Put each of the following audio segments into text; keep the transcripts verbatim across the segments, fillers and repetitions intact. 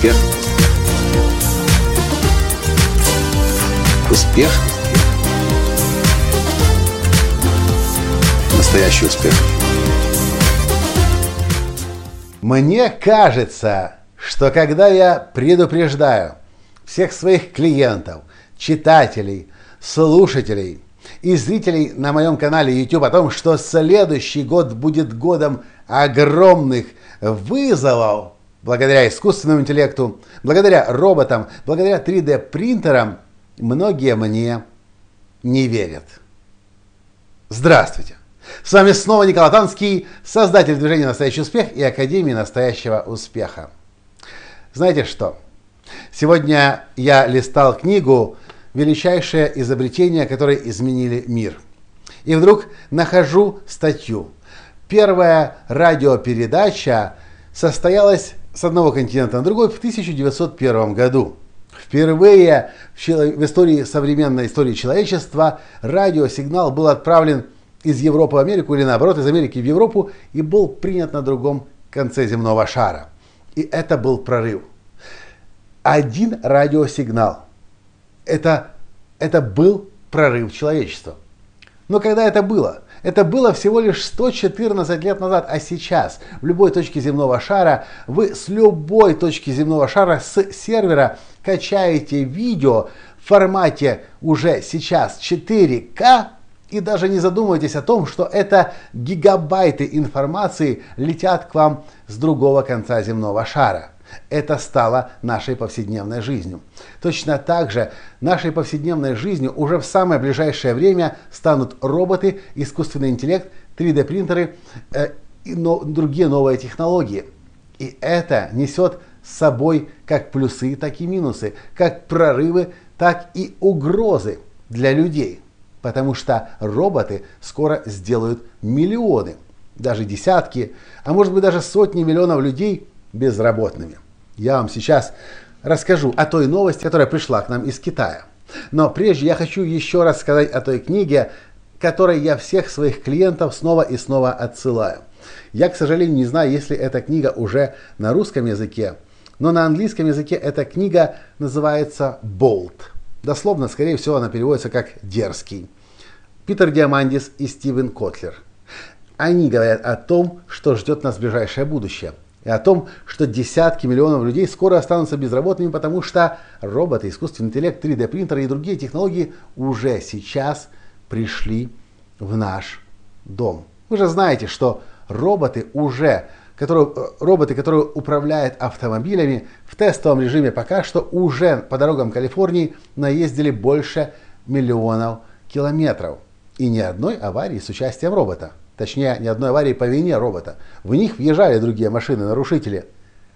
Успех. Успех. Настоящий успех. Мне кажется, что когда я предупреждаю всех своих клиентов, читателей, слушателей и зрителей на моем канале YouTube о том, что следующий год будет годом огромных вызовов, благодаря искусственному интеллекту, благодаря роботам, благодаря три дэ принтерам, многие мне не верят. Здравствуйте! С вами снова Николай Танский, создатель движения «Настоящий успех» и Академии настоящего успеха. Знаете что? Сегодня я листал книгу «Величайшее изобретение, которые изменили мир». И вдруг нахожу статью. Первая радиопередача состоялась с одного континента на другой в тысяча девятьсот первом году. Впервые в, чело... в истории современной истории человечества радиосигнал был отправлен из Европы в Америку или наоборот из Америки в Европу и был принят на другом конце земного шара. И это был прорыв. Один радиосигнал. Это, это был прорыв человечества. Но когда это было? Это было всего лишь сто четырнадцать лет назад, а сейчас в любой точке земного шара, вы с любой точки земного шара, с сервера качаете видео в формате уже сейчас четыре ка и даже не задумывайтесь о том, что это гигабайты информации летят к вам с другого конца земного шара. Это стало нашей повседневной жизнью. Точно так же нашей повседневной жизнью уже в самое ближайшее время станут роботы, искусственный интеллект, три дэ принтеры э, и но, другие новые технологии. И это несет с собой как плюсы, так и минусы, как прорывы, так и угрозы для людей. Потому что роботы скоро сделают миллионы, даже десятки, а может быть даже сотни миллионов людей безработными. Я вам сейчас расскажу о той новости, которая пришла к нам из Китая. Но прежде я хочу еще раз сказать о той книге, которой я всех своих клиентов снова и снова отсылаю. Я, к сожалению, не знаю, есть ли эта книга уже на русском языке, но на английском языке эта книга называется «Bold». Дословно, скорее всего, она переводится как «дерзкий». Питер Диамандис и Стивен Котлер. Они говорят о том, что ждет нас в ближайшее будущее. И о том, что десятки миллионов людей скоро останутся безработными, потому что роботы, искусственный интеллект, три дэ принтеры и другие технологии уже сейчас пришли в наш дом. Вы же знаете, что роботы уже, которые, роботы, которые управляют автомобилями, в тестовом режиме пока что уже по дорогам Калифорнии наездили больше миллионов километров. И ни одной аварии с участием робота. Точнее, ни одной аварии по вине робота. В них въезжали другие машины, нарушители.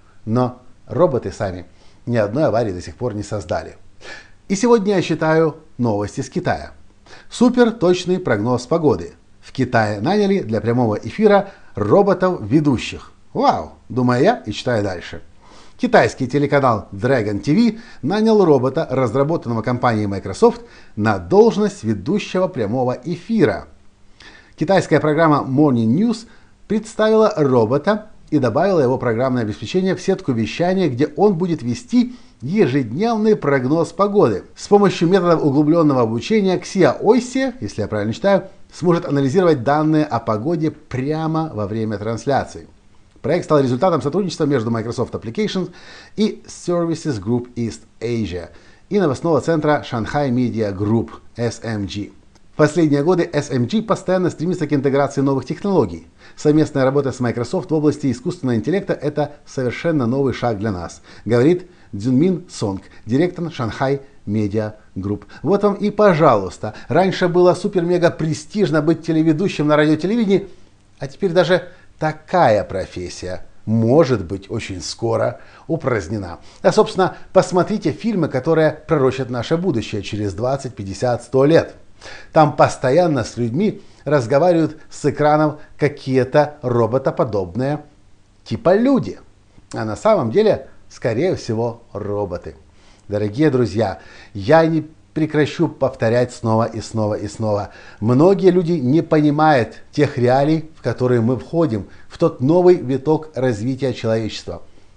Но роботы сами ни одной аварии до сих пор не создали. И сегодня я читаю новости с Китая. Супер точный прогноз погоды. В Китае наняли для прямого эфира роботов-ведущих. Вау, думаю я и читаю дальше. Китайский телеканал Dragon ти ви нанял робота, разработанного компанией Microsoft, на должность ведущего прямого эфира. Китайская программа Morning News представила робота и добавила его программное обеспечение в сетку вещания, где он будет вести ежедневный прогноз погоды. С помощью методов углубленного обучения Xia Oiси, если я правильно читаю, сможет анализировать данные о погоде прямо во время трансляции. Проект стал результатом сотрудничества между Microsoft Applications и Services Group East Asia и новостного центра Shanghai Media Group эс эм джи. В последние годы эс эм джи постоянно стремится к интеграции новых технологий. Совместная работа с Microsoft в области искусственного интеллекта – это совершенно новый шаг для нас, говорит Цзюнмин Сонг, директор Shanghai Media Group. Вот вам и пожалуйста. Раньше было супер-мега престижно быть телеведущим на радиотелевидении, а теперь даже такая профессия может быть очень скоро упразднена. А, собственно, посмотрите фильмы, которые пророчат наше будущее через двадцать, пятьдесят, сто лет. Там постоянно с людьми разговаривают с экранов какие-то роботоподобные типа люди. А на самом деле, скорее всего, роботы. Дорогие друзья, я не прекращу повторять снова и снова и снова. Многие люди не понимают тех реалий, в которые мы входим, в тот новый виток развития человечества.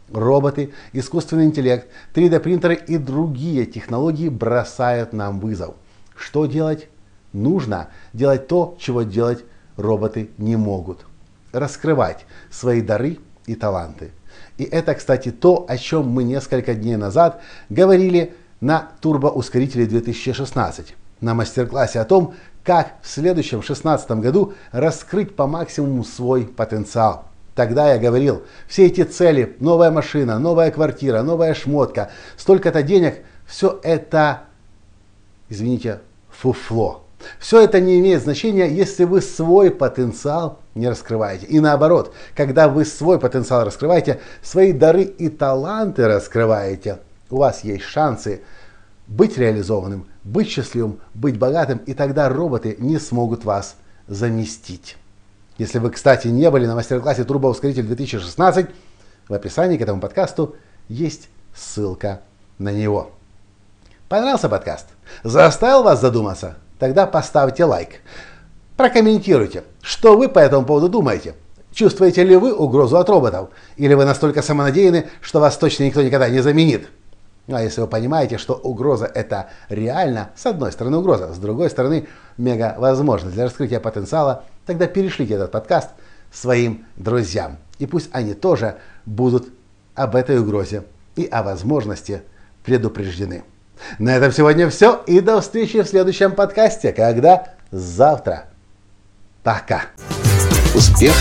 Роботы, искусственный интеллект, три дэ принтеры и другие технологии бросают нам вызов. Что делать? Нужно делать то, чего делать роботы не могут. Раскрывать свои дары и таланты. И это, кстати, то, о чем мы несколько дней назад говорили на турбоускорителе две тысячи шестнадцать. На мастер-классе о том, как в следующем две тысячи шестнадцатом году раскрыть по максимуму свой потенциал. Тогда я говорил, все эти цели, новая машина, новая квартира, новая шмотка, столько-то денег, все это, извините, фуфло. Все это не имеет значения, если вы свой потенциал не раскрываете. И наоборот, когда вы свой потенциал раскрываете, свои дары и таланты раскрываете, у вас есть шансы быть реализованным, быть счастливым, быть богатым, и тогда роботы не смогут вас заместить. Если вы, кстати, не были на мастер-классе «Турбоускоритель две тысячи шестнадцать», в описании к этому подкасту есть ссылка на него. Понравился подкаст? Заставил вас задуматься? Тогда поставьте лайк. Прокомментируйте, что вы по этому поводу думаете. Чувствуете ли вы угрозу от роботов? Или вы настолько самонадеянны, что вас точно никто никогда не заменит? Ну а если вы понимаете, что угроза это реально, с одной стороны угроза, с другой стороны мега возможность для раскрытия потенциала, тогда перешлите этот подкаст своим друзьям. И пусть они тоже будут об этой угрозе и о возможности предупреждены. На этом сегодня все. И до встречи в следующем подкасте, когда завтра. Пока. Успех.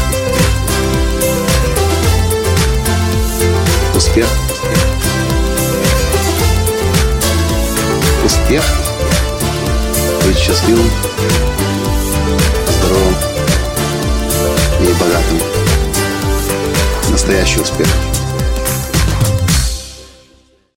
Успех. Успех. Быть счастливым, здоровым и богатым. Настоящий успех.